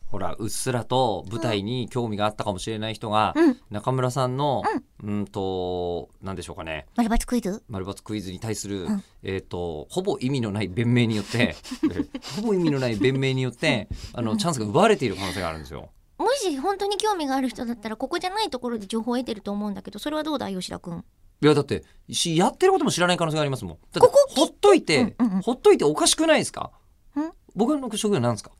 ほらうっすらと舞台に興味があったかもしれない人が、中村さんの、何でしょうかね、 丸抜クイズに対する、ほぼ意味のない弁明によってチャンスが奪われている可能性があるんですよ。 もし本当に興味がある人だったらここじゃないところで情報を得てると思うんだけど、それはどうだ吉田くん。 いやだってやってることも知らない可能性がありますもん。だってほっといておかしくないですか。僕の職業なんですか。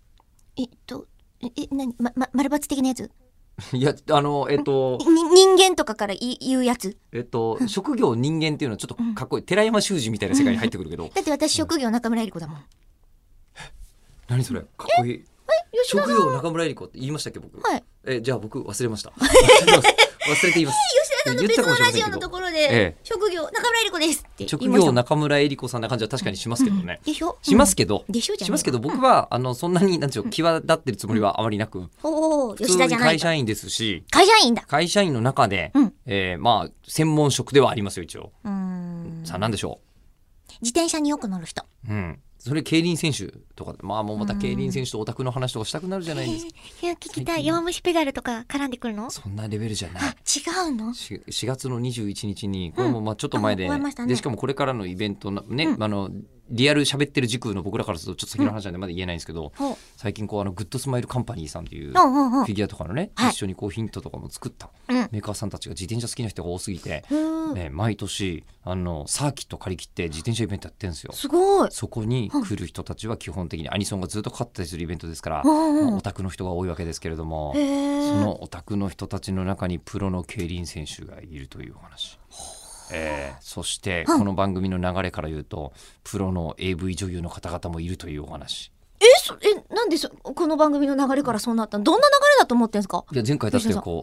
何、丸抜的なやつ。 いや人間とかから言うやつ。 職業人間っていうのはちょっとかっこいい、寺山修司みたいな世界に入ってくるけど、 だって私職業中村えり子だもん。 何それかっこいい。職業中村えり子って言いましたっけ僕。 はい。 じゃあ僕忘れました。忘れて言います。 吉田さんの別のラジオのところで、職業中村えり子ですって言いました。 職業中村えり子さんな感じは確かにしますけどね。 でしょ。 しますけど。 しますけど僕はそんなになんでしょう際立ってるつもりはあまりなく。 吉田じゃない。 会社員ですし。 会社員だ。 会社員の中でまあ専門職ではありますよ一応。さあ何でしょう。自転車によく乗る人。 それ競輪選手とかもうまた競輪選手とオタクの話とかしたくなるじゃないですか。 いや聞きたい。弱虫ペダルとか絡んでくるの。 そんなレベルじゃない。 違うの。 4月の21日にこれもまあちょっと前で、でしかもこれからのイベントね、リアル喋ってる時空の僕らからするとちょっと先の話なんでまだ言えないんですけど、最近グッドスマイルカンパニーさんっていうフィギュアとかのね、一緒にヒントとかも作ったメーカーさんたちが自転車好きな人が多すぎて、毎年サーキット借り切って自転車イベントやってるんですよ。 すごい。 そこに来る人たちは基本的にアニソンがずっとかかったりするイベントですから、オタクの人が多いわけですけれども、そのオタクの人たちの中にプロの競輪選手がいるというお話。そしてこの番組の流れから言うとプロの AV 女優の方々もいるというお話。 なんでこの番組の流れからそうなったの。どんな流れだと思ってんですか。 いや前回だって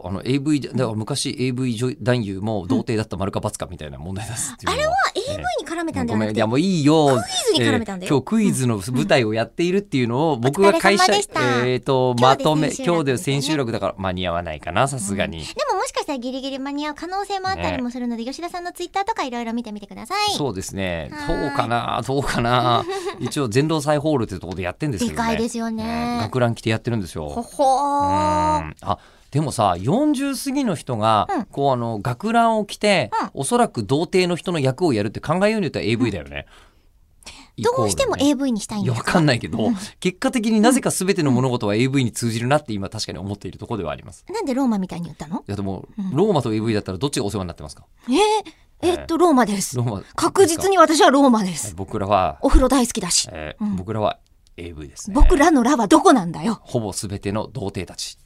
AV だから昔 AV 男優も童貞だった丸か×かみたいな問題出すっていうのあれは AV に絡めたんだよ。 いやもういいよ。 クイズに絡めたんだよ。 今日クイズの舞台をやっているっていうのを僕が会社まとめ今日で千秋楽だから間に合わないかなさすがに。 でももしかしたらギリギリ間に合う可能性もあったりもするので、吉田さんのツイッターとかいろいろ見てみてください。 そうですね。どうかな一応全労祭ホールってところでやってるんですけどね。 でかいですよね。 学ラン着てやってるんですよ。でもさ40過ぎの人が学ランを着て、おそらく童貞の人の役をやるって考えようによっては AV だよね。 どうしても AV にしたいんですか。 いや分かんないけど、結果的になぜか全ての物事は AV に通じるなって今確かに思っているところではあります。 なんでローマみたいに言ったの。 いやでも、ローマと AV だったらどっちがお世話になってますか。 ローマです。確実に私はローマです。 僕らはお風呂大好きだし、 僕らは AV ですね。 僕らのラはどこなんだよ。 ほぼ全ての童貞たち